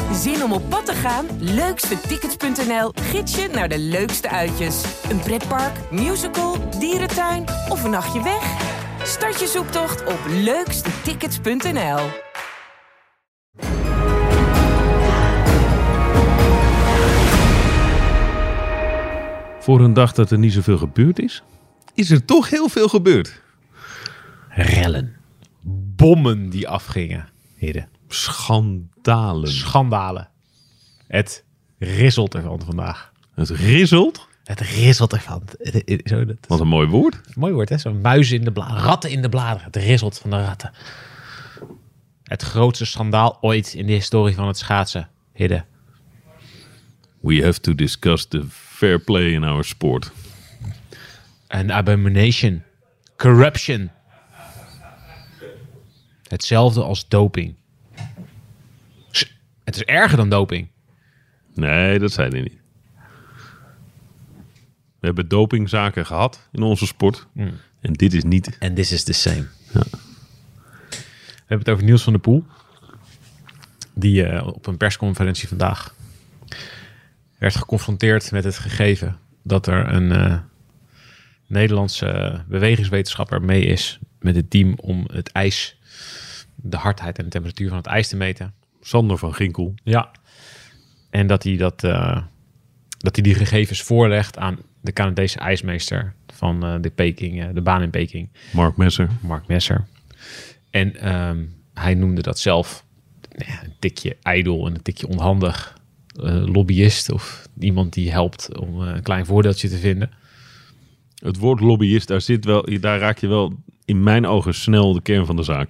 Zin om op pad te gaan? Leukstetickets.nl gids je naar de leukste uitjes. Een pretpark, musical, dierentuin of een nachtje weg? Start je zoektocht op leukstetickets.nl. Voor een dag dat er niet zoveel gebeurd is er toch heel veel gebeurd. Rellen. Bommen die afgingen. Heren. Schandalen. Het rizelt ervan vandaag. Het rizzelt. Het rizelt ervan. Wat een mooi woord. Mooi woord, hè? Zo'n muizen in de bladeren. Ratten in de bladeren. Het rizelt van de ratten. Het grootste schandaal ooit in de historie van het schaatsen. Hidden. We have to discuss the fair play in our sport. An abomination. Corruption. Hetzelfde als doping. Het is erger dan doping. Nee, dat zei hij niet. We hebben dopingzaken gehad in onze sport. En dit is niet. And this is the same. Ja. We hebben het over Niels van der Poel. Die op een persconferentie vandaag werd geconfronteerd met het gegeven dat er een Nederlandse bewegingswetenschapper mee is met het team om het ijs, de hardheid en de temperatuur van het ijs te meten. Sander van Ginkel. Ja. En dat hij die gegevens voorlegt aan de Canadese ijsmeester van de baan in Peking. Mark Messer. En hij noemde dat zelf een tikje ijdel en een tikje onhandig. Lobbyist of iemand die helpt om een klein voordeeltje te vinden. Het woord lobbyist, daar raak je wel in mijn ogen snel de kern van de zaak.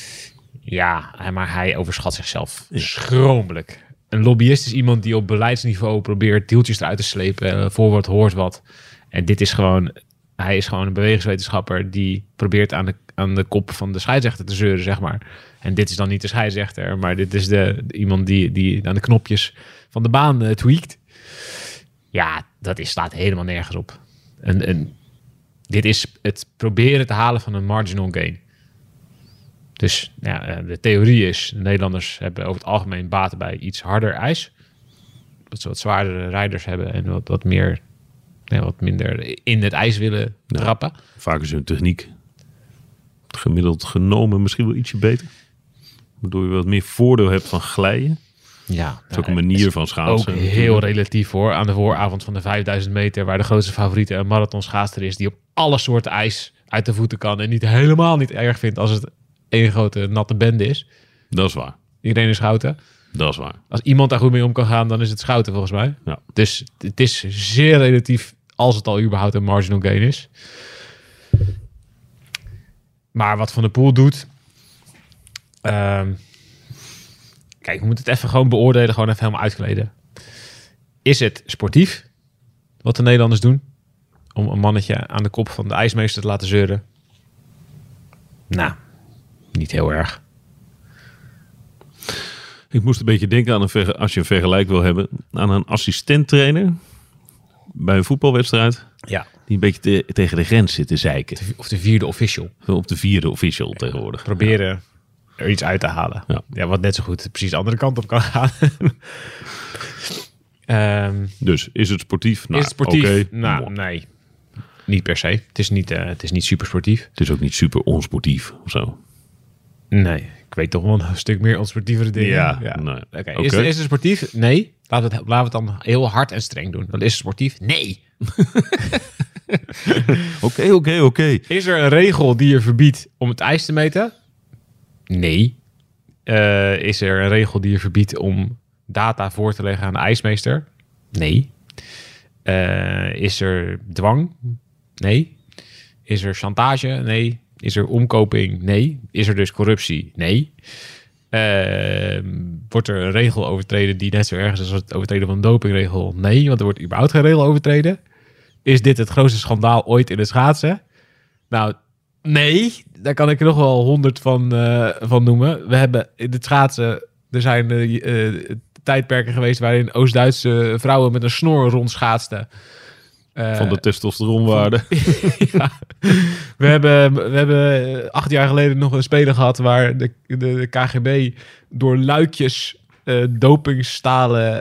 Ja, maar hij overschat zichzelf schromelijk. Een lobbyist is iemand die op beleidsniveau probeert deeltjes eruit te slepen, voor wat hoort wat. En hij is gewoon een bewegingswetenschapper die probeert aan de kop van de scheidsrechter te zeuren, zeg maar. En dit is dan niet de scheidsrechter, maar dit is iemand die aan de knopjes van de baan tweakt. Ja, slaat helemaal nergens op. Dit is het proberen te halen van een marginal gain. Dus ja, de theorie is, de Nederlanders hebben over het algemeen baten bij iets harder ijs. Dat ze wat zwaardere rijders hebben en wat minder in het ijs willen trappen. Vaak is hun techniek gemiddeld genomen misschien wel ietsje beter. Waardoor je wat meer voordeel hebt van glijden. Ja, dat is ook een manier van schaatsen. Ook heel relatief hoor. Aan de vooravond van de 5000 meter, waar de grootste favoriete een marathonschaatser is, die op alle soorten ijs uit de voeten kan en helemaal niet erg vindt als het één grote natte bende is. Dat is waar. Iedereen is Schouten. Dat is waar. Als iemand daar goed mee om kan gaan, dan is het Schouten volgens mij. Ja. Dus het is zeer relatief als het al überhaupt een marginal gain is. Maar wat Van der Poel doet... kijk, we moeten het even gewoon beoordelen. Gewoon even helemaal uitkleden. Is het sportief wat de Nederlanders doen? Om een mannetje aan de kop van de ijsmeester te laten zeuren? Nou, niet heel erg. Ik moest een beetje denken aan als je een vergelijk wil hebben, aan een assistenttrainer bij een voetbalwedstrijd. Ja. Die een beetje tegen de grens zit te zeiken. Of de vierde official. Op de vierde official tegenwoordig. Proberen er iets uit te halen. Ja, wat net zo goed precies de andere kant op kan gaan. Dus is het sportief? Is het sportief? Okay. Nou, nee. Niet per se. Het is niet super sportief. Het is ook niet super onsportief of zo. Nee, ik weet toch wel een stuk meer onsportievere dingen. Ja. Nee. Okay. Is het sportief? Nee. Laten we het dan heel hard en streng doen. Dan is het sportief? Nee. Oké. Is er een regel die je verbiedt om het ijs te meten? Nee. Is er een regel die je verbiedt om data voor te leggen aan de ijsmeester? Nee. Is er dwang? Nee. Is er chantage? Nee. Is er omkoping? Nee. Is er dus corruptie? Nee. Wordt er een regel overtreden die net zo erg is als het overtreden van een dopingregel? Nee, want er wordt überhaupt geen regel overtreden. Is dit het grootste schandaal ooit in het schaatsen? Nou, nee. Daar kan ik er nog wel 100 van noemen. We hebben in het schaatsen... Er zijn tijdperken geweest waarin Oost-Duitse vrouwen met een snor rondschaatsten. Van de testosteronwaarde. Ja. We hebben 8 jaar geleden nog een speler gehad waar de KGB door luikjes dopingstalen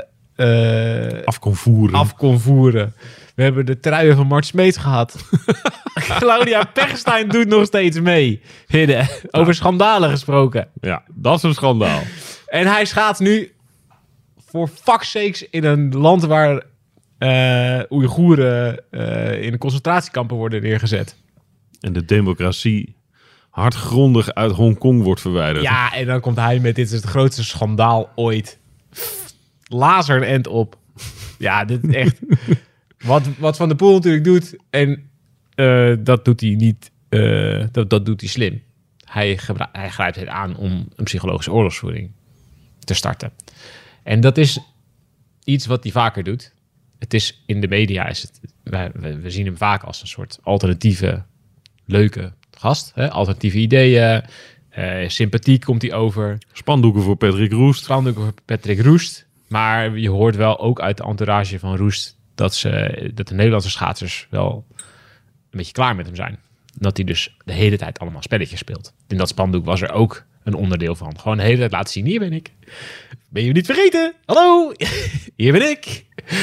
af kon voeren. We hebben de truien van Mart Smeets gehad. Claudia Pechstein doet nog steeds mee. Hidde, over schandalen gesproken. Ja, dat is een schandaal. En hij schaats nu voor fuck's sakes in een land waar Oeigoeren in de concentratiekampen worden neergezet. En de democratie hardgrondig uit Hongkong wordt verwijderd. Ja, en dan komt hij met dit is het grootste schandaal ooit. Lazer een end op. Ja, dit is echt... Wat Van der Poel natuurlijk doet, en dat doet hij niet, dat doet hij slim. Hij grijpt het aan om een psychologische oorlogsvoering te starten. En dat is iets wat hij vaker doet. Het is in de media, we zien hem vaak als een soort alternatieve, leuke gast. Hè? Alternatieve ideeën, sympathiek komt hij over. Spandoeken voor Patrick Roest. Maar je hoort wel ook uit de entourage van Roest dat de Nederlandse schaatsers wel een beetje klaar met hem zijn. Dat hij dus de hele tijd allemaal spelletjes speelt. In dat spandoek was er ook een onderdeel van. Gewoon de hele tijd laten zien, hier ben ik. Ben je me niet vergeten? Hallo, hier ben ik.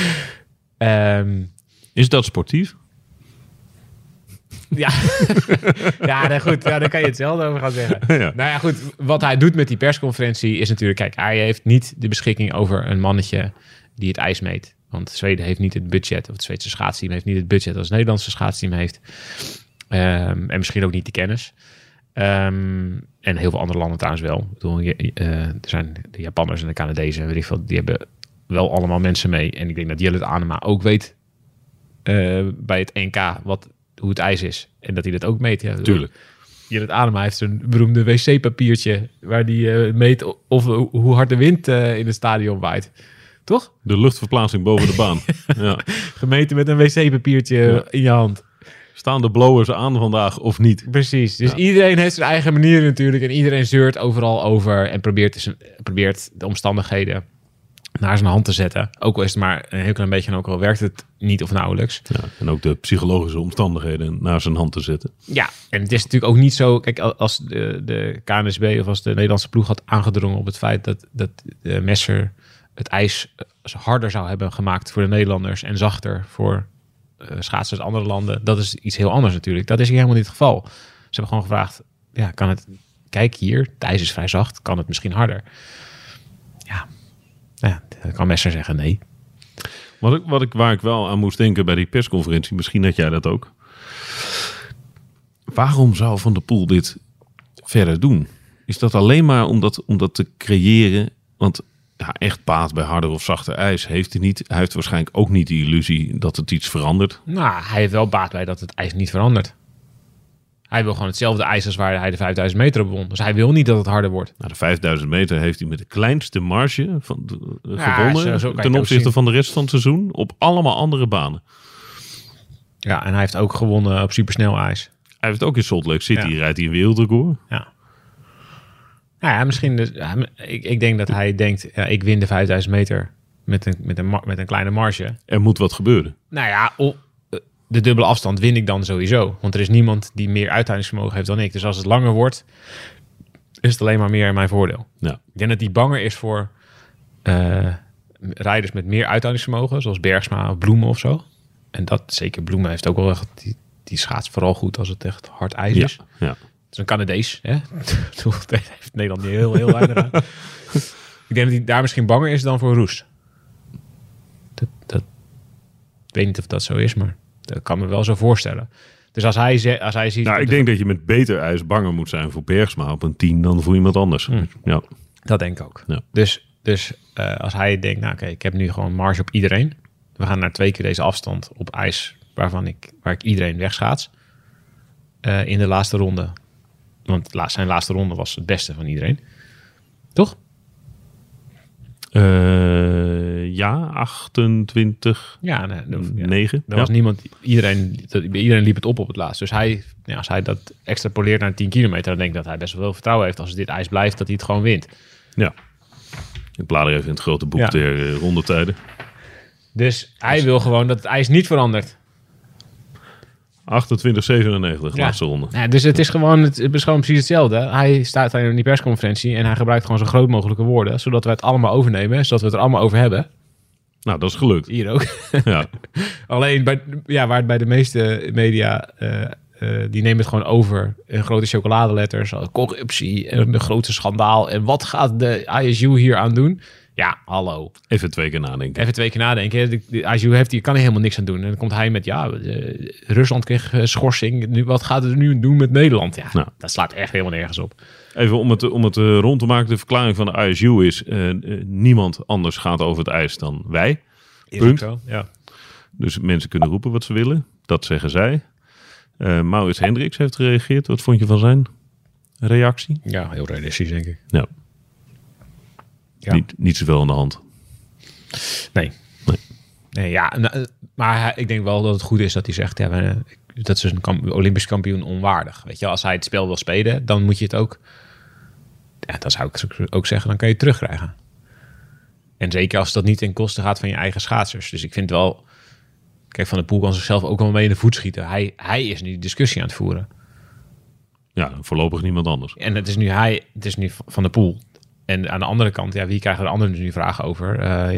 Is dat sportief? Ja, ja, goed, ja, daar kan je hetzelfde over gaan zeggen. Ja. Nou ja, goed, wat hij doet met die persconferentie is natuurlijk... Kijk, hij heeft niet de beschikking over een mannetje die het ijs meet. Want Zweden heeft niet het budget, of het Zweedse schaatsteam heeft niet het budget als het Nederlandse schaatsteam heeft. En misschien ook niet de kennis. En heel veel andere landen trouwens wel. Ik bedoel, er zijn de Japanners en de Canadezen, weet ik veel, die hebben wel allemaal mensen mee. En ik denk dat Jillet Anema ook weet bij het NK hoe het ijs is. En dat hij dat ook meet. Ja. Tuurlijk. Jillet Anema heeft zijn beroemde wc-papiertje waar die meet hoe hard de wind in het stadion waait. Toch? De luchtverplaatsing boven de baan. Ja. Gemeten met een wc-papiertje in je hand. Staan de blowers aan vandaag of niet? Precies. Dus iedereen heeft zijn eigen manier natuurlijk. En iedereen zeurt overal over. En probeert de omstandigheden naar zijn hand te zetten. Ook al is het maar een heel klein beetje. En ook al werkt het niet of nauwelijks. Ja, en ook de psychologische omstandigheden naar zijn hand te zetten. Ja, en het is natuurlijk ook niet zo... Kijk, als de KNSB of als de Nederlandse ploeg had aangedrongen op het feit dat de Messer het ijs harder zou hebben gemaakt voor de Nederlanders en zachter voor schaatsers uit andere landen. Dat is iets heel anders natuurlijk. Dat is hier helemaal niet het geval. Ze hebben gewoon gevraagd, ja, kan het... Kijk hier, het ijs is vrij zacht. Kan het misschien harder? Ja, dan kan Messer zeggen nee. Waar ik wel aan moest denken bij die persconferentie, misschien had jij dat ook. Waarom zou Van der Poel dit verder doen? Is dat alleen maar om dat te creëren? Want ja, echt baat bij harder of zachter ijs heeft hij niet. Hij heeft waarschijnlijk ook niet de illusie dat het iets verandert. Nou, hij heeft wel baat bij dat het ijs niet verandert. Hij wil gewoon hetzelfde ijs als waar hij de 5000 meter op won. Dus hij wil niet dat het harder wordt. Nou, de 5000 meter heeft hij met de kleinste marge gewonnen zo ten opzichte van de rest van het seizoen op allemaal andere banen. Ja, en hij heeft ook gewonnen op supersnel ijs. Hij heeft ook in Salt Lake City, rijdt hij een wereldrecord. Ja. Nou ja, misschien... Dus, ik denk dat hij denkt, ja, ik win de 5000 meter met een kleine marge. Er moet wat gebeuren. Nou ja, de dubbele afstand win ik dan sowieso. Want er is niemand die meer uithoudingsvermogen heeft dan ik. Dus als het langer wordt, is het alleen maar meer in mijn voordeel. Ja. Ik denk dat die banger is voor rijders met meer uithoudingsvermogen, zoals Bergsma of Bloemen of zo. En dat, zeker Bloemen heeft ook wel echt, die schaatst vooral goed als het echt hard ijs is. Ja. Het is een Canadees, hè? Dat heeft Nederland niet heel weinig aan. Ik denk dat hij daar misschien banger is dan voor Roest. Ik weet niet of dat zo is, maar dat kan me wel zo voorstellen. Dus als hij ziet... Nou, ik denk dat je met beter ijs banger moet zijn voor Bergsma op een 10 dan voor iemand anders. Ja. Dat denk ik ook. Ja. Dus als hij denkt, nou oké, ik heb nu gewoon marge op iedereen. We gaan naar 2 keer deze afstand op ijs waar ik iedereen wegschaats. In de laatste ronde. Want zijn laatste ronde was het beste van iedereen. Toch? Ja, 28. Ja, 9. Er was niemand. Iedereen liep het op het laatst. Dus als hij dat extrapoleert naar 10 kilometer, dan denk ik dat hij best wel veel vertrouwen heeft als dit ijs blijft, dat hij het gewoon wint. Ja. Ik blader even in het grote boek der rondetijden. Dus hij wil gewoon dat het ijs niet verandert. 28-97, Ja. laatste ronde. Ja, dus het is gewoon precies hetzelfde. Hij staat daar in die persconferentie en hij gebruikt gewoon zo groot mogelijke woorden, zodat we het allemaal overnemen, zodat we het er allemaal over hebben. Nou, dat is gelukt. Hier ook. Ja. Alleen waar het bij de meeste media, die nemen het gewoon over in grote chocoladeletters, corruptie en een grote schandaal. En wat gaat de ISU hier aan doen? Ja, hallo. Even 2 keer nadenken. Even 2 keer nadenken. De ISU kan er helemaal niks aan doen. En dan komt hij met, Rusland kreeg schorsing. Nu, wat gaat het nu doen met Nederland? Ja, Nou. dat slaat echt helemaal nergens op. Even om het rond te maken. De verklaring van de ISU is... niemand anders gaat over het ijs dan wij. Punt. Zo? Ja. Dus mensen kunnen roepen wat ze willen. Dat zeggen zij. Maurits Hendricks heeft gereageerd. Wat vond je van zijn reactie? Ja, heel realistisch, denk ik. Ja. Ja. Niet zoveel aan de hand. Nee, ja, maar ik denk wel dat het goed is dat hij zegt... Ja, dat is een Olympisch kampioen onwaardig. Weet je, als hij het spel wil spelen, dan moet je het ook... Ja, dan zou ik ook zeggen, dan kan je het terugkrijgen. En zeker als dat niet ten koste gaat van je eigen schaatsers. Dus ik vind wel... Kijk, Van der Poel kan zichzelf ook wel mee in de voet schieten. Hij is nu die discussie aan het voeren. Ja, voorlopig niemand anders. En het is nu Van der Poel. En aan de andere kant, wie krijgen de anderen nu vragen over?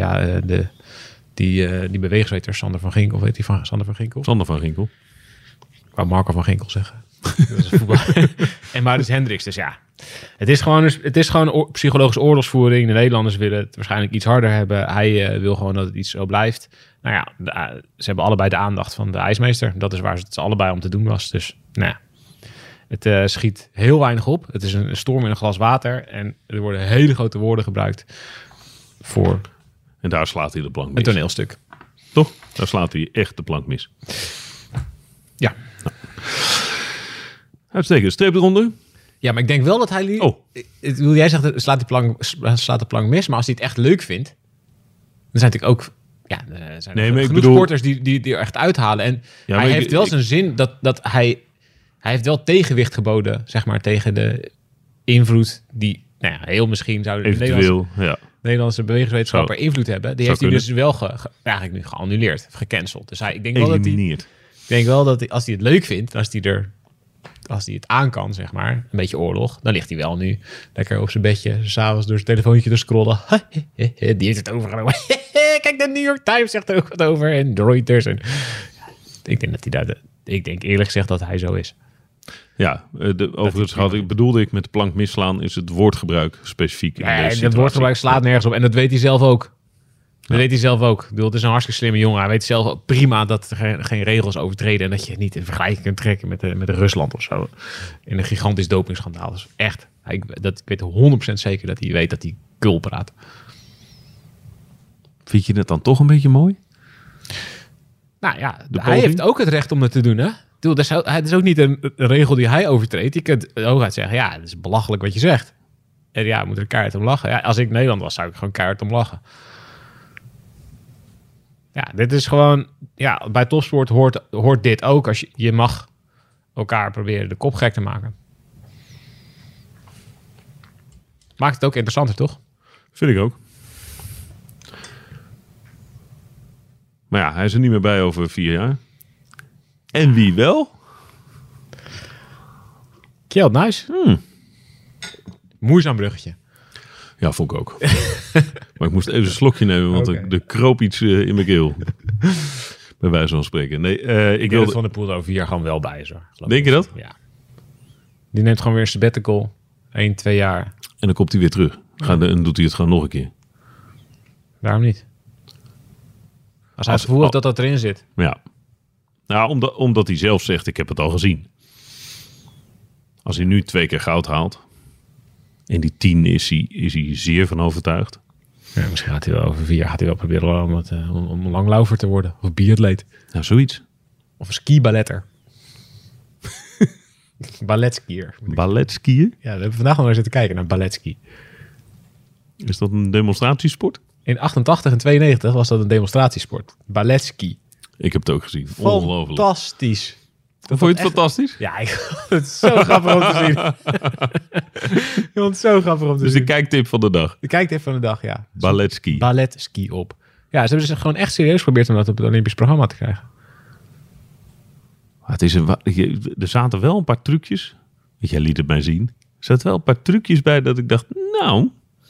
Die bewegingsweter Sander van Ginkel. Weet je van Sander van Ginkel? Sander van Ginkel. Ik wou Marco van Ginkel zeggen. Dat is voetbal. En Maurits Hendricks. Dus ja, het is gewoon psychologische oorlogsvoering. De Nederlanders willen het waarschijnlijk iets harder hebben. Hij wil gewoon dat het iets zo blijft. Nou ja, ze hebben allebei de aandacht van de ijsmeester. Dat is waar het allebei om te doen was. Dus nou ja. Het schiet heel weinig op. Het is een storm in een glas water. En er worden hele grote woorden gebruikt voor En daar slaat hij de plank mis. een toneelstuk. Toch? Daar slaat hij echt de plank mis. Ja. Uitstekend. Streep eronder. Ja, maar ik denk wel dat hij... Jij zegt, slaat de plank mis. Maar als hij het echt leuk vindt... Dan zijn natuurlijk ook... Ja, er zijn genoeg sporters die er echt uithalen. En hij heeft wel zijn zin dat hij... Hij heeft wel tegenwicht geboden, zeg maar, tegen de invloed die, heel misschien zou de Nederlandse bewegingswetenschapper invloed hebben. Die heeft hij dus wel eigenlijk nu geannuleerd, gecanceld. Dus ik denk wel dat hij, als hij het leuk vindt, als hij het aan kan, zeg maar, een beetje oorlog, dan ligt hij wel nu lekker op zijn bedje, 's avonds door zijn telefoontje te scrollen. Die heeft het overgenomen. Kijk, de New York Times zegt er ook wat over en de Reuters. En ik denk dat hij ik denk eerlijk gezegd dat hij zo is. Ja, overigens bedoelde ik met de plank misslaan is het woordgebruik specifiek. En dat woordgebruik slaat nergens op. En dat weet hij zelf ook. Ik bedoel, het is een hartstikke slimme jongen. Hij weet zelf ook prima dat er geen regels overtreden. En dat je niet in vergelijking kunt trekken met Rusland of zo. In een gigantisch dopingschandaal. Dus echt, ik weet 100% zeker dat hij weet dat hij kul praat. Vind je het dan toch een beetje mooi? Nou ja, hij heeft ook het recht om het te doen, hè? Het is ook niet een regel die hij overtreedt. Je kunt hooguit zeggen, ja, het is belachelijk wat je zegt. En ja, we moeten er keihard om lachen. Ja, als ik Nederland was, zou ik gewoon keihard om lachen. Ja, dit is gewoon... Ja, bij topsport hoort dit ook. Als je mag elkaar proberen de kop gek te maken. Maakt het ook interessanter, toch? Vind ik ook. Maar ja, hij is er niet meer bij over 4 jaar. En wie wel? Kjeld Nuis. Moeizaam bruggetje. Ja, vond ik ook. Maar ik moest even een slokje nemen, want er kroop iets in mijn keel. Bij wijze van spreken. Nee, ik wilde Van der Poel over 4 jaar gewoon wel bij is, hoor. Denk je dat? Ja. Die neemt gewoon weer een sabbatical. 1-2 jaar. En dan komt hij weer terug. En doet hij het gewoon nog een keer. Waarom niet? Als hij het gevoel heeft dat dat erin zit. Ja. Nou, omdat hij zelf zegt, ik heb het al gezien. Als hij nu 2 keer goud haalt. En die 10 is hij zeer van overtuigd. Ja, misschien gaat hij wel over 4 jaar proberen om een langlaufer te worden. Of biatleet. Nou, zoiets. Of een skiballetter. Balletskier. Balletskiën? Ja, daar hebben we vandaag nog naar zitten kijken, naar balletski. Is dat een demonstratiesport? In 88 en 92 was dat een demonstratiesport. Balletski. Ik heb het ook gezien. Ongelooflijk. Fantastisch. Vond je het fantastisch? Ja, ik vond het zo grappig om te zien. Ik vond het zo grappig om te zien. Dus de kijktip van de dag. De kijktip van de dag, ja. Balletski. Balletski op. Ja, ze hebben dus gewoon echt serieus geprobeerd om dat op het Olympisch programma te krijgen. Er zaten wel een paar trucjes. Jij liet het mij zien. Er zaten wel een paar trucjes bij dat ik dacht, nou,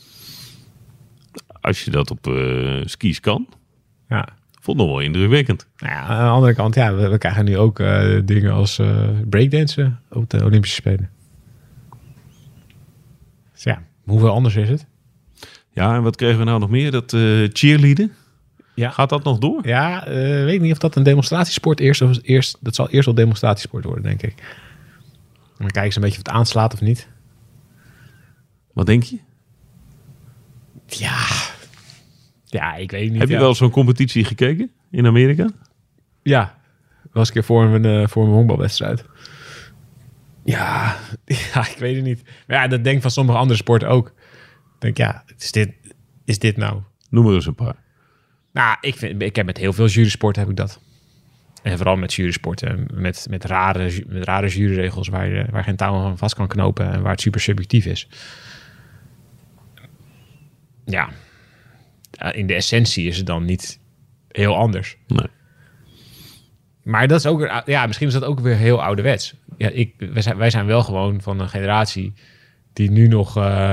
als je dat op skis kan, Ja. vond ik nog wel indrukwekkend. Nou ja, aan de andere kant, ja, we krijgen nu ook dingen als breakdansen op de Olympische Spelen. Dus ja, hoeveel anders is het? Ja, en wat kregen we nou nog meer? Dat cheerleaden? Ja. Gaat dat nog door? Ja, weet ik niet of dat een demonstratiesport eerst. Dat zal eerst wel demonstratiesport worden, denk ik. En dan kijken ze een beetje of het aanslaat of niet. Wat denk je? Ja, ik weet niet. Heb je wel zo'n competitie gekeken in Amerika? Ja, wel eens een keer voor mijn honkbalwedstrijd. Ja, ik weet het niet. Maar ja, dat denk ik van sommige andere sporten ook. Ik denk, ja, is dit nou? Noem er eens een paar. Nou, ik heb met heel veel jurysporten heb ik dat. En vooral met jurysporten. Met rare juryregels waar geen touw aan vast kan knopen. En waar het super subjectief is. Ja. In de essentie is het dan niet heel anders. Nee. Maar dat is ook, ja, misschien is dat ook weer heel ouderwets. Ja, wij zijn wel gewoon van een generatie die nu nog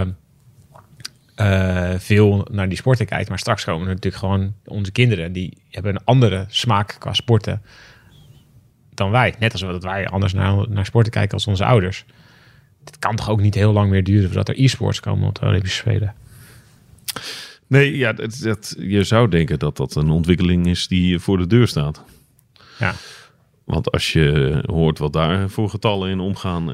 veel naar die sporten kijkt. Maar straks komen er natuurlijk gewoon onze kinderen. Die hebben een andere smaak qua sporten dan wij. Net als dat wij anders naar sporten kijken als onze ouders. Het kan toch ook niet heel lang meer duren voordat er e-sports komen op de Olympische Spelen. Nee, ja, je zou denken dat dat een ontwikkeling is die voor de deur staat. Ja. Want als je hoort wat daar voor getallen in omgaan.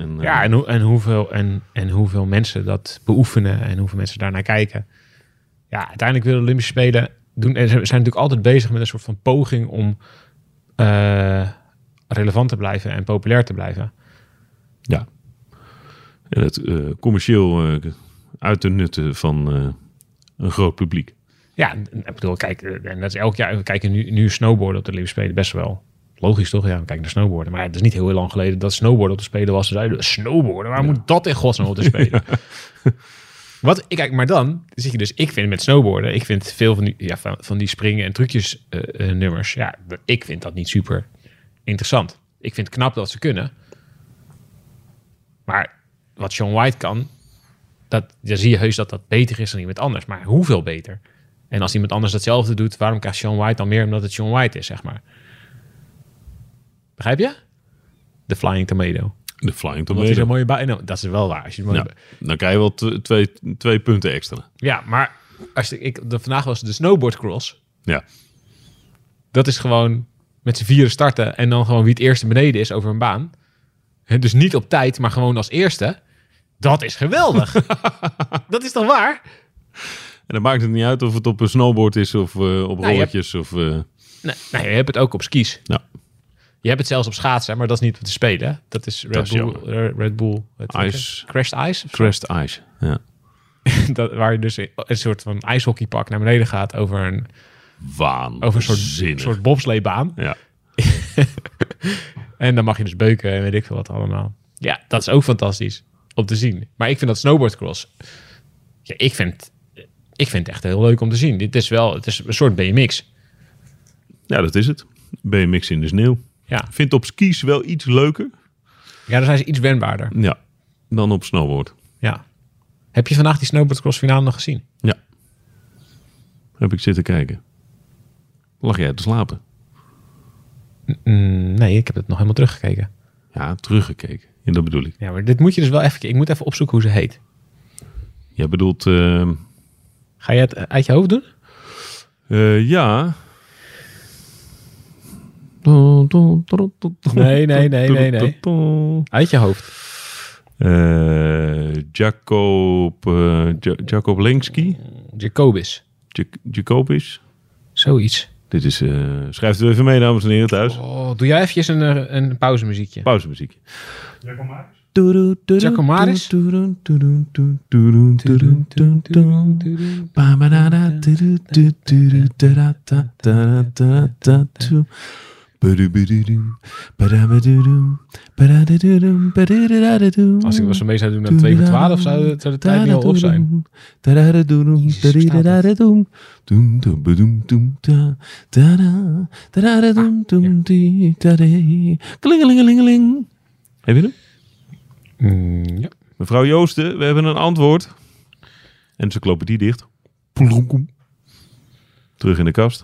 En hoeveel mensen dat beoefenen en hoeveel mensen daarnaar kijken. Ja, uiteindelijk willen de Olympische Spelen doen. En ze zijn natuurlijk altijd bezig met een soort van poging om relevant te blijven en populair te blijven. Ja. En het commercieel uit te nutten van een groot publiek. Ja, ik bedoel, kijk, en dat is elk jaar. We kijken nu snowboarden op de Olympische Spelen best wel. Logisch toch? Ja, we kijken naar snowboarden. Maar het is niet heel lang geleden dat snowboarden op de Spelen was. Ze zeiden, snowboarden, waar moet dat in godsnaam op de Spelen? Maar dan zit je dus, ik vind met snowboarden, ik vind veel van die springen en trucjes nummers, ja, ik vind dat niet super interessant. Ik vind het knap dat ze kunnen. Maar wat Shaun White kan, dan zie je heus dat dat beter is dan iemand anders. Maar hoeveel beter? En als iemand anders datzelfde doet, waarom krijgt Shaun White dan meer omdat het Shaun White is, zeg maar? Begrijp je? De Flying Tomato. De Flying Dat is Tomato. een mooie nou, dat is wel waar. Als je het mooie Dan krijg je wel twee punten extra. Ja, maar vandaag was de snowboardcross. Ja. Dat is gewoon met z'n vieren starten en dan gewoon wie het eerste beneden is over een baan. Dus niet op tijd, maar gewoon als eerste. Dat is geweldig. Dat is toch waar? En dan maakt het niet uit of het op een snowboard is of op rolletjes. Nee, je hebt het ook op skis. Ja. Je hebt het zelfs op schaatsen, maar dat is niet om te spelen. Dat is Red Bull. Ice. Crashed Ice? Crashed Ice, ja. Waar je dus een soort van ijshockeypak naar beneden gaat over een soort bobsleebaan. Ja. En dan mag je dus beuken en weet ik veel wat allemaal. Ja, dat is ook fantastisch om te zien. Maar ik vind dat snowboardcross... Ja, ik vind het echt heel leuk om te zien. Het is een soort BMX. Ja, dat is het. BMX in de sneeuw. Ja. Vind op skis wel iets leuker. Ja, dan zijn ze iets wendbaarder. Ja, dan op snowboard. Ja. Heb je vandaag die snowboardcross finale nog gezien? Ja. Heb ik zitten kijken. Lag jij te slapen? Nee, ik heb het nog helemaal teruggekeken. Ja, teruggekeken. Ja, dat bedoel ik. Ja, maar dit moet je dus wel even... Ik moet even opzoeken hoe ze heet. Jij bedoelt... Ga je het uit je hoofd doen? Ja. Nee. Uit je hoofd. Jacob Lenski. Jacobis. Zoiets. Dit is... schrijft u even mee, dames en heren, thuis. Oh, doe jij eventjes een pauzemuziekje. Pauzemuziekje. Jacob Maris? Als ik was mee zou doen aan 2 voor 12, zou de tijd niet al op zijn. Klingelingelingeling. Heb je hem? Ja. Mevrouw Joosten, we hebben een antwoord. Encyclopedie dicht. Terug in de kast.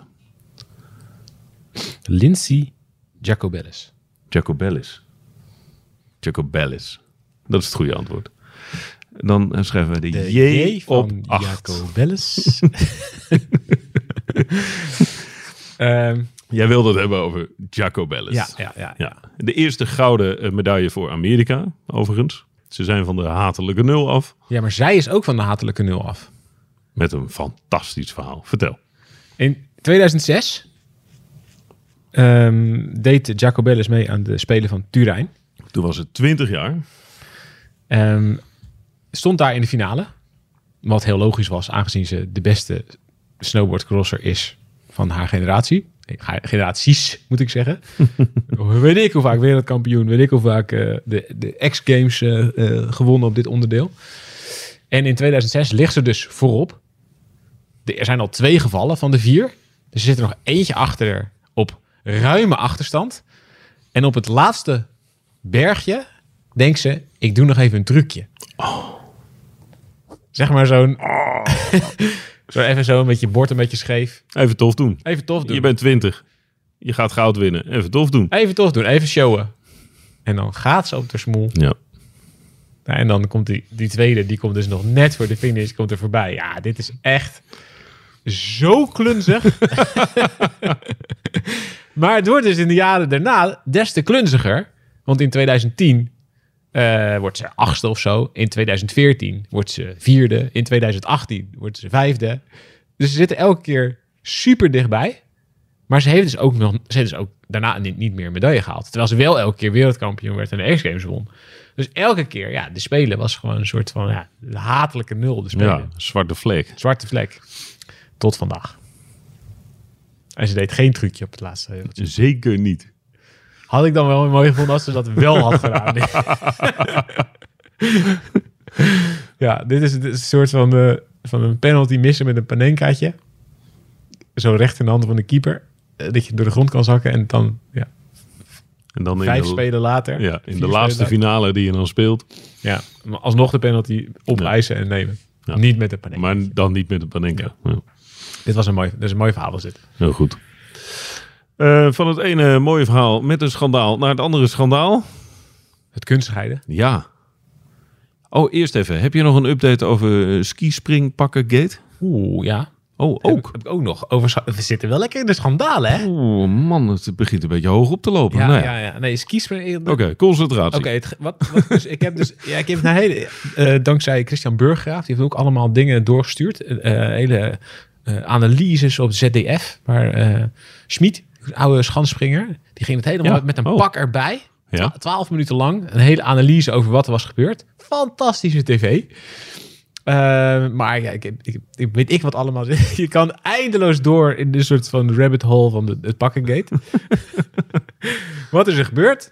Lindsay Jacobellis. Jacobellis. Dat is het goede antwoord. Dan schrijven we de J op 8. Jacobellis. Jij wilde het hebben over Jacobellis. Ja. De eerste gouden medaille voor Amerika, overigens. Ze zijn van de hatelijke 0 af. Ja, maar zij is ook van de hatelijke 0 af. Met een fantastisch verhaal. Vertel. In 2006 deed Jacobellis mee aan de Spelen van Turijn. Toen was het 20 jaar. Stond daar in de finale. Wat heel logisch was, aangezien ze de beste snowboardcrosser is van haar generatie. Generaties, moet ik zeggen. Weet ik hoe vaak wereldkampioen. Weet ik hoe vaak de X-Games gewonnen op dit onderdeel. En in 2006 ligt ze dus voorop. Er zijn al 2 gevallen van de 4. Dus er zit er nog eentje achter op ruime achterstand. En op het laatste bergje denkt ze, ik doe nog even een trucje. Zeg maar zo'n... Zo even zo met je bord een beetje scheef. Even tof doen. Even tof doen. Je bent 20. Je gaat goud winnen. Even tof doen. Even tof doen. Even showen. En dan gaat ze op de smoel. Ja. En dan komt die tweede, die komt dus nog net voor de finish, komt er voorbij. Ja, dit is echt zo klunzig. Maar het wordt dus in de jaren daarna des te klunziger. Want in 2010 wordt ze 8e of zo. In 2014 wordt ze 4e. In 2018 wordt ze 5e. Dus ze zitten elke keer super dichtbij. Maar ze heeft dus ook daarna niet meer een medaille gehaald. Terwijl ze wel elke keer wereldkampioen werd en de X-Games won. Dus elke keer, ja, de Spelen was gewoon een soort van de hatelijke 0. De Spelen. Ja, zwarte vlek. Zwarte vlek. Tot vandaag. En ze deed geen trucje op het laatste heeltje. Zeker niet. Had ik dan wel mooi gevonden als ze dat wel had gedaan. Ja, dit is een soort van een penalty missen met een panenkaatje. Zo recht in de handen van de keeper. Dat je door de grond kan zakken en dan... Ja. En dan 5 spelen later. Ja, in de laatste finale die je dan speelt. Ja, maar alsnog de penalty opeisen en nemen. Ja. Niet met de panenka. Maar dan niet met de panenka. Ja. Ja. Dit was een mooi verhaal was dit. Heel goed. Van het ene mooie verhaal met een schandaal naar het andere schandaal. Het kunstscheiden. Ja. Oh, eerst even. Heb je nog een update over skispringpakken-gate? Ja. Oh, ook? Heb ik ook nog. We zitten wel lekker in de schandalen, hè? Oeh, man, het begint een beetje hoog op te lopen. Ja, Nou ja. Nee, skispringen... Oké, concentratie. Oké, dus ik heb een hele... dankzij Christian Burggraaf, die heeft ook allemaal dingen doorgestuurd. Hele analyses op ZDF. Maar Schmid, oude schanspringer, die ging het helemaal met een pak erbij. Ja. 12 minuten lang. Een hele analyse over wat er was gebeurd. Fantastische tv. Maar ja, ik weet wat allemaal. Je kan eindeloos door in dit soort van rabbit hole van het pakkengate. Wat is er gebeurd?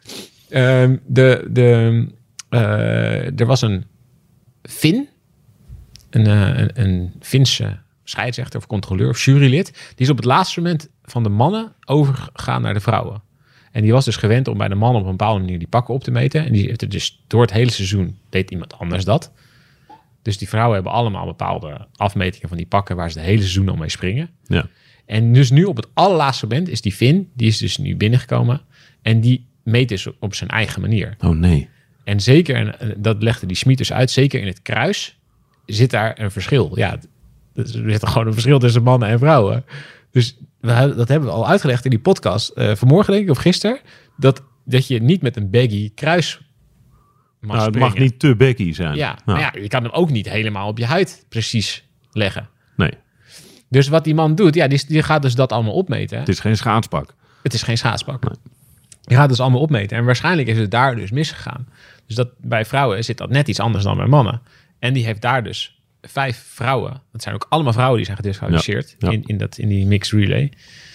Er was een Fin, een Finse scheidsrechter of controleur of jurylid. Die is op het laatste moment van de mannen overgegaan naar de vrouwen. En die was dus gewend om bij de mannen op een bepaalde manier die pakken op te meten. En die heeft er dus door het hele seizoen deed iemand anders dat. Dus die vrouwen hebben allemaal bepaalde afmetingen van die pakken waar ze het hele seizoen al mee springen. Ja. En dus nu op het allerlaatste moment is die Finn, die is dus nu binnengekomen. En die meet dus op zijn eigen manier. Oh nee. En zeker, en dat legde die Schmid dus uit, zeker in het kruis zit daar een verschil. Ja, er zit gewoon een verschil tussen mannen en vrouwen. Dus dat hebben we al uitgelegd in die podcast vanmorgen, denk ik, of gisteren. Dat je niet met een baggy kruis mag het mag niet te baggy zijn. Ja, maar ja, je kan hem ook niet helemaal op je huid precies leggen. Nee. Dus wat die man doet, die gaat dus dat allemaal opmeten. Het is geen schaatspak. Het is geen schaatspak. Nee. Je gaat dus allemaal opmeten. En waarschijnlijk is het daar dus misgegaan. Dus dat bij vrouwen zit dat net iets anders dan bij mannen. En die heeft daar dus 5 vrouwen. Dat zijn ook allemaal vrouwen die zijn gedisqualificeerd in die mixed relay.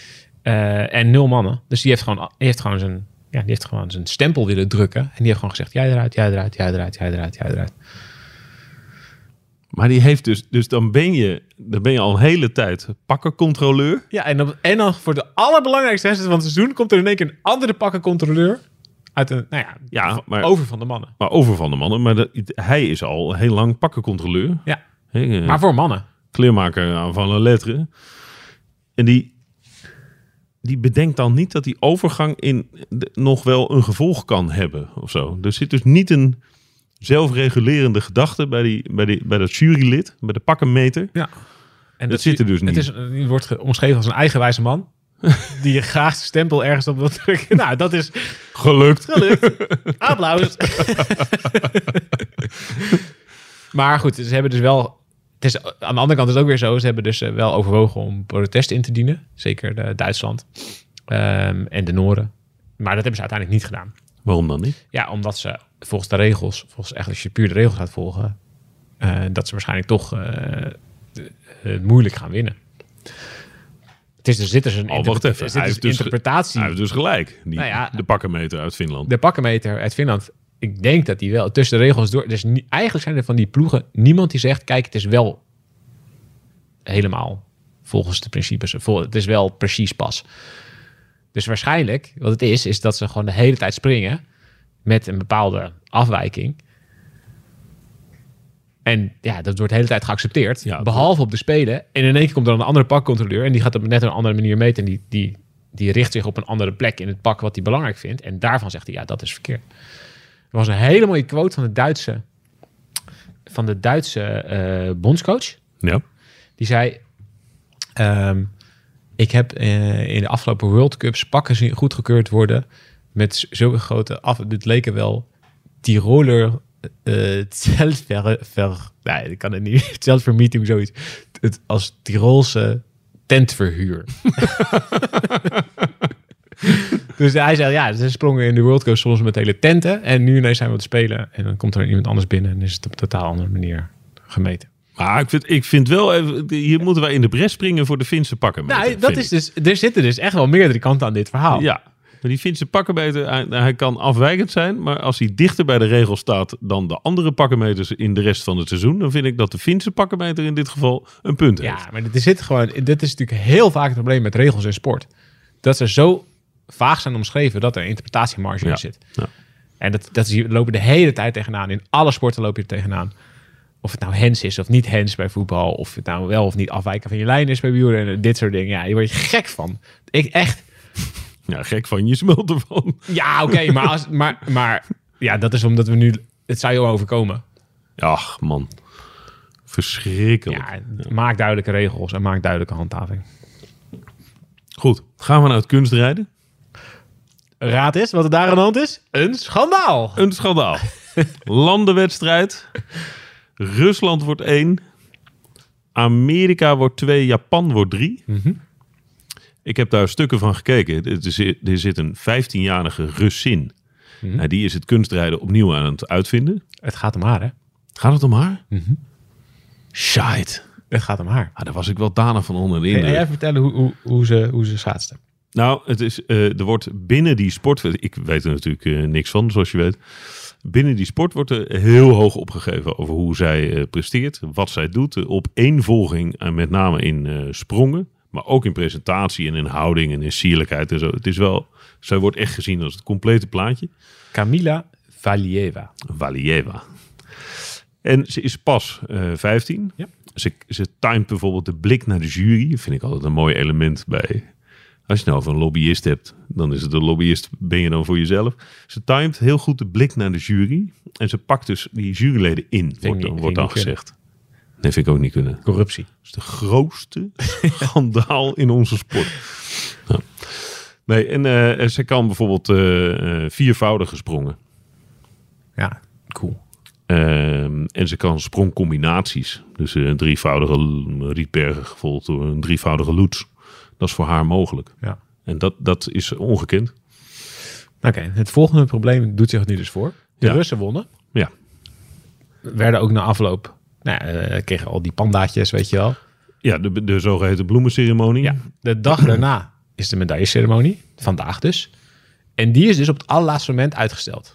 En 0 mannen. Dus die heeft gewoon zijn stempel willen drukken. En die heeft gewoon gezegd, jij eruit, jij eruit, jij eruit, jij eruit, jij eruit. Maar die heeft dus dan ben je al een hele tijd pakkencontroleur. Ja, en dan voor de allerbelangrijkste wedstrijd van het seizoen komt er in één keer een andere pakkencontroleur uit over van de mannen. Maar over van de mannen. Maar hij is al heel lang pakkencontroleur. Ja, maar voor mannen. Kleermaker aan van een lettre. En die bedenkt dan niet dat die overgang nog wel een gevolg kan hebben of zo. Er zit dus niet een zelfregulerende gedachte bij dat jurylid, bij de pakkenmeter. Ja. En dat zit er dus niet. Die wordt omschreven als een eigenwijze man. Die je graag de stempel ergens op wil drukken. Nou, dat is gelukt. Applaus. Maar goed, ze hebben dus wel... aan de andere kant is het ook weer zo. Ze hebben dus wel overwogen om protest in te dienen. Zeker Duitsland en de Noorden. Maar dat hebben ze uiteindelijk niet gedaan. Waarom dan niet? Ja, omdat ze volgens de regels... als je puur de regels gaat volgen... dat ze waarschijnlijk toch moeilijk gaan winnen. Dit is een interpretatie. Hij heeft dus gelijk. De pakkenmeter uit Finland. De pakkenmeter uit Finland... Ik denk dat die wel tussen de regels door... Dus eigenlijk zijn er van die ploegen niemand die zegt... Kijk, het is wel helemaal volgens de principes. Het is wel precies pas. Dus waarschijnlijk, wat het is dat ze gewoon de hele tijd springen... met een bepaalde afwijking. En ja, dat wordt de hele tijd geaccepteerd. Ja, behalve op de Spelen. En in één keer komt er een andere pakcontroleur... en die gaat op net een andere manier meten... en die richt zich op een andere plek in het pak... wat hij belangrijk vindt. En daarvan zegt hij, ja, dat is verkeerd. Er was een hele mooie quote van de Duitse bondscoach. Ja. Die zei... ik heb in de afgelopen World Cups pakken goedgekeurd worden... met zulke grote... dit leken wel Tiroler... nee, ik kan het niet. Zelfvermieting, zoiets. Het als Tirolse tentverhuur. Dus hij zei, ja, ze sprongen in de World Cup soms met hele tenten. En nu ineens zijn we te spelen. En dan komt er iemand anders binnen en is het op een totaal andere manier gemeten. Maar ik vind wel even, hier moeten wij in de bres springen voor de Finse pakkenmeter. Nou, dat is dus, er zitten dus echt wel meerdere kanten aan dit verhaal. Ja, maar die Finse pakkenmeter, hij kan afwijkend zijn. Maar als hij dichter bij de regel staat dan de andere pakkenmeters in de rest van het seizoen, dan vind ik dat de Finse pakkenmeter in dit geval een punt heeft. Ja, maar dit is natuurlijk heel vaak het probleem met regels in sport. Dat ze zo vaag zijn omschreven dat er interpretatiemarge in zit. Ja. En we lopen de hele tijd tegenaan. In alle sporten loop je er tegenaan. Of het nou hands is of niet hands bij voetbal. Of het nou wel of niet afwijken van je lijn is bij wielrennen. Dit soort dingen. Ja, je wordt je gek van. Ja, gek van. Je smelt ervan. Ja, oké. Maar ja, dat is omdat we nu... Het zou je overkomen. Ach, man. Verschrikkelijk. Ja, maak duidelijke regels en maak duidelijke handhaving. Goed. Gaan we naar het kunstrijden? Raad eens wat er daar aan de hand is. Een schandaal. Een schandaal. Landenwedstrijd. Rusland wordt 1. Amerika wordt 2. Japan wordt 3. Mm-hmm. Ik heb daar stukken van gekeken. Er zit een 15-jarige Russin. Mm-hmm. Nou, die is het kunstrijden opnieuw aan het uitvinden. Het gaat om haar, hè? Gaat het om haar? Mm-hmm. Shite. Het gaat om haar. Daar was ik wel danig van onder de indruk. Kan jij vertellen hoe ze schaatste? Nou, er wordt binnen die sport... Ik weet er natuurlijk niks van, zoals je weet. Binnen die sport wordt er heel hoog opgegeven over hoe zij presteert. Wat zij doet. Op eenvolging, met name in sprongen. Maar ook in presentatie en in houding en in sierlijkheid en zo. Het is wel... Zij wordt echt gezien als het complete plaatje. Kamila Valieva. En ze is pas 15. Ja. Ze timed bijvoorbeeld de blik naar de jury. Dat vind ik altijd een mooi element bij... Als je nou over een lobbyist hebt, dan is het een lobbyist, ben je dan voor jezelf. Ze timed heel goed de blik naar de jury. En ze pakt dus die juryleden in, wordt dan gezegd. Nee, vind ik ook niet kunnen. Corruptie. Dat is de grootste schandaal in onze sport. Nou. Nee, en ze kan bijvoorbeeld 4voudige sprongen. Ja, cool. En ze kan sprongcombinaties. Dus een 3voudige rietbergen gevolgd door een 3voudige loets. Dat is voor haar mogelijk. Ja. En dat is ongekend. Oké, het volgende probleem doet zich nu dus voor. De Russen wonnen. Ja. Werden ook na afloop... kregen al die pandaatjes, weet je wel. Ja, de zogeheten bloemenceremonie. Ja, de dag daarna is de medailleceremonie. Vandaag dus. En die is dus op het allerlaatste moment uitgesteld.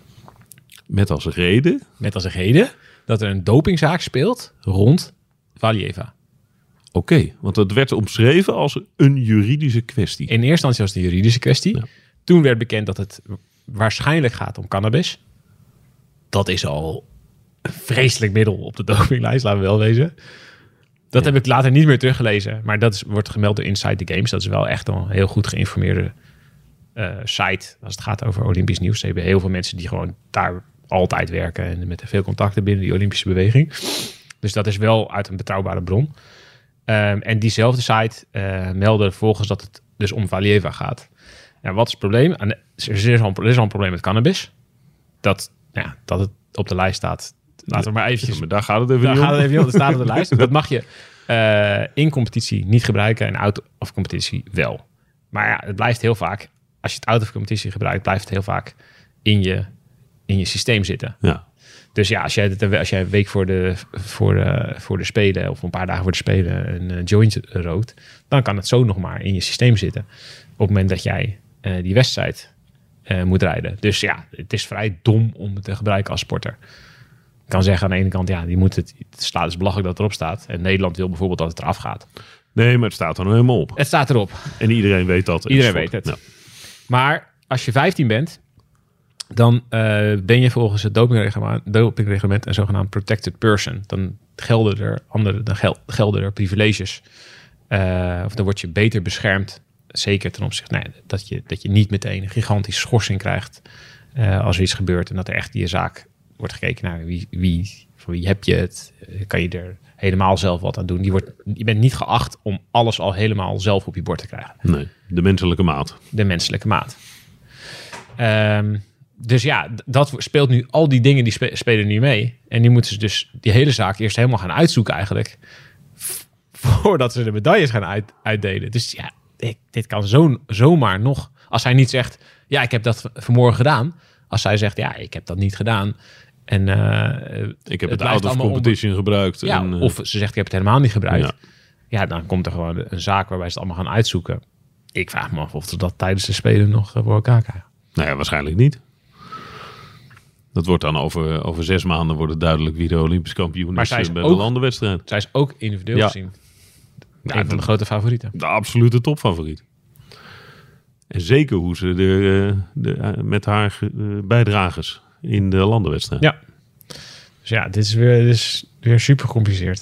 Met als reden... Met als reden dat er een dopingzaak speelt rond Valieva. Oké, want dat werd omschreven als een juridische kwestie. In eerste instantie was het een juridische kwestie. Ja. Toen werd bekend dat het waarschijnlijk gaat om cannabis. Dat is al een vreselijk middel op de dopinglijst, laten we wel wezen. Dat heb ik later niet meer teruggelezen. Maar dat wordt gemeld door Inside the Games. Dat is wel echt een heel goed geïnformeerde site als het gaat over Olympisch nieuws. Ze hebben heel veel mensen die gewoon daar altijd werken en met veel contacten binnen die Olympische beweging. Dus dat is wel uit een betrouwbare bron. En diezelfde site meldde vervolgens dat het dus om Valieva gaat. Ja, wat is het probleem? Er is al een probleem met cannabis. Dat het op de lijst staat. Laten we maar eventjes... Ja, maar daar gaat het even niet om. Dat staat op de lijst. Dat mag je in competitie niet gebruiken en out of competitie wel. Maar ja, het blijft heel vaak... Als je het out of competitie gebruikt, blijft het heel vaak in je systeem zitten. Ja. Dus ja, als jij een week voor de Spelen of een paar dagen voor de Spelen een joint rookt, dan kan het zo nog maar in je systeem zitten. Op het moment dat jij die wedstrijd moet rijden. Dus ja, het is vrij dom om het te gebruiken als sporter. Ik kan zeggen aan de ene kant, ja, het staat dus belachelijk dat het erop staat. En Nederland wil bijvoorbeeld dat het eraf gaat. Nee, maar het staat er nou helemaal op. Het staat erop. En iedereen weet dat. Iedereen weet het. Ja. Maar als je 15 bent, dan ben je volgens het dopingreglement een zogenaamd protected person. Dan gelden er privileges. Of dan word je beter beschermd. Zeker ten opzichte dat je niet meteen een gigantische schorsing krijgt als er iets gebeurt. En dat er echt in je zaak wordt gekeken naar van wie heb je het. Kan je er helemaal zelf wat aan doen. Je bent niet geacht om alles al helemaal zelf op je bord te krijgen. Nee, de menselijke maat. De menselijke maat. Dus ja, dat speelt nu. Al die dingen die spelen nu mee. En die moeten ze dus die hele zaak eerst helemaal gaan uitzoeken eigenlijk. Voordat ze de medailles gaan uitdelen. Dus ja, dit kan zomaar nog. Als hij niet zegt, ja, ik heb dat vanmorgen gedaan. Als zij zegt, ja, ik heb dat niet gedaan. En ik heb het out of competition gebruikt. Ja, en, of ze zegt, ik heb het helemaal niet gebruikt. Ja, dan komt er gewoon een zaak waarbij ze het allemaal gaan uitzoeken. Ik vraag me af of ze dat tijdens de Spelen nog voor elkaar krijgen. Nou ja, waarschijnlijk niet. Dat wordt dan over 6 maanden wordt het duidelijk wie de Olympisch kampioen is bij de landenwedstrijd. Zij is ook individueel gezien een van de grote favorieten. De absolute topfavoriet. En zeker hoe ze met haar bijdragers in de landenwedstrijd. Ja. Dus ja, dit is weer super gecompliceerd.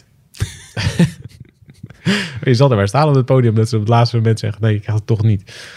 Je zal er maar staan op het podium dat ze op het laatste moment zeggen, nee, ik ga het toch niet.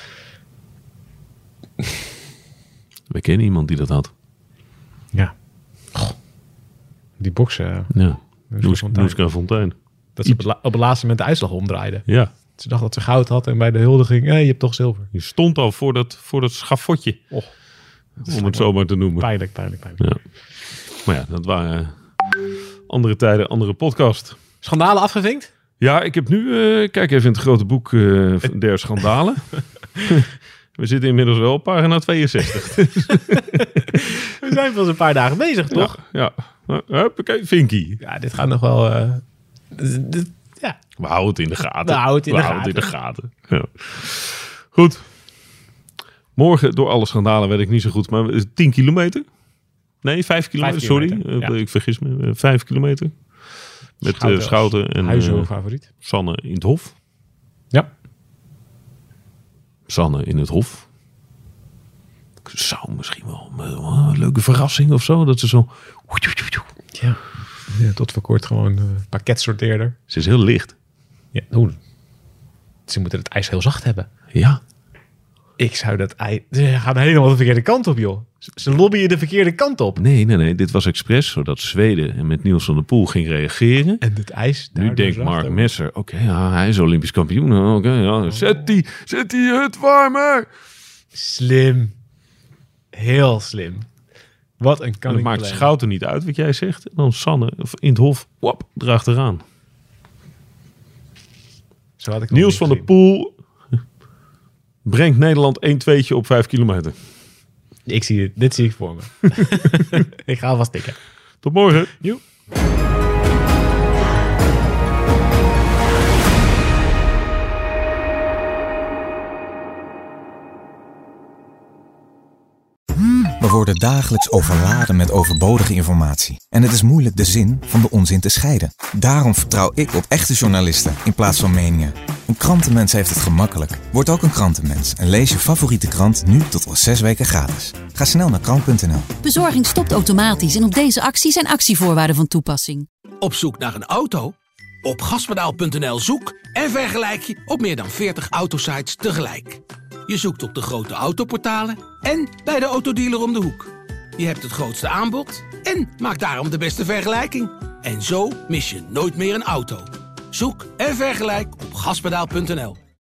We kennen iemand die dat had. Ja. Die boksen. Ja. Noeska Fontijn. Dat ze op het laatste moment de uitslag omdraaiden. Ja. Ze dacht dat ze goud had en bij de huldiging, je hebt toch zilver. Je stond al voor dat schafotje. Oh, om het zo maar te noemen. Pijnlijk. Ja. Maar ja, dat waren andere tijden, andere podcast. Schandalen afgevinkt? Ja, ik heb nu... kijk even in het grote boek der schandalen. We zitten inmiddels wel op pagina 62. We zijn pas een paar dagen bezig, toch? Ja. Huppakee, Vinkie. Ja, dit gaat nog wel... ja. We houden het in de gaten. We houden het in de gaten. Ja. Goed. Morgen, door alle schandalen weet ik niet zo goed, maar 10 kilometer? Nee, 5 kilometer, 5 kilometer, sorry. Ik vergis me. 5 kilometer. Met Schouten en huizenfavoriet. Sanne in het Hof. Ja. Sanne in het Hof. Zou misschien wel een leuke verrassing of zo. Dat ze zo... Ja, tot voor kort gewoon pakketsorteerder. Ze is heel licht. Ja, ze moeten het ijs heel zacht hebben. Ja. Ik zou dat ijs... Ze gaan helemaal de verkeerde kant op, joh. Ze lobbyen de verkeerde kant op. Nee. Dit was expres, zodat Zweden en met Niels van der Poel ging reageren. En het ijs... Nu denkt Mark Messer, oké, hij is Olympisch kampioen. Ja. Zet die hut warmer. Slim. Heel slim. Wat een kan. Het maakt Schouten niet uit wat jij zegt. En dan Sanne in het Hof, erachteraan. Zo had ik Niels van der Poel brengt Nederland 1-2'tje op 5 kilometer. Dit zie ik voor me. Ik ga alvast tikken. Tot morgen. Joep. worden dagelijks overladen met overbodige informatie. En het is moeilijk de zin van de onzin te scheiden. Daarom vertrouw ik op echte journalisten in plaats van meningen. Een krantenmens heeft het gemakkelijk. Word ook een krantenmens en lees je favoriete krant nu tot al 6 weken gratis. Ga snel naar krant.nl. Bezorging stopt automatisch en op deze actie zijn actievoorwaarden van toepassing. Op zoek naar een auto? Op gaspedaal.nl zoek en vergelijk je op meer dan 40 autosites tegelijk. Je zoekt op de grote autoportalen en bij de autodealer om de hoek. Je hebt het grootste aanbod en maak daarom de beste vergelijking. En zo mis je nooit meer een auto. Zoek en vergelijk op gaspedaal.nl.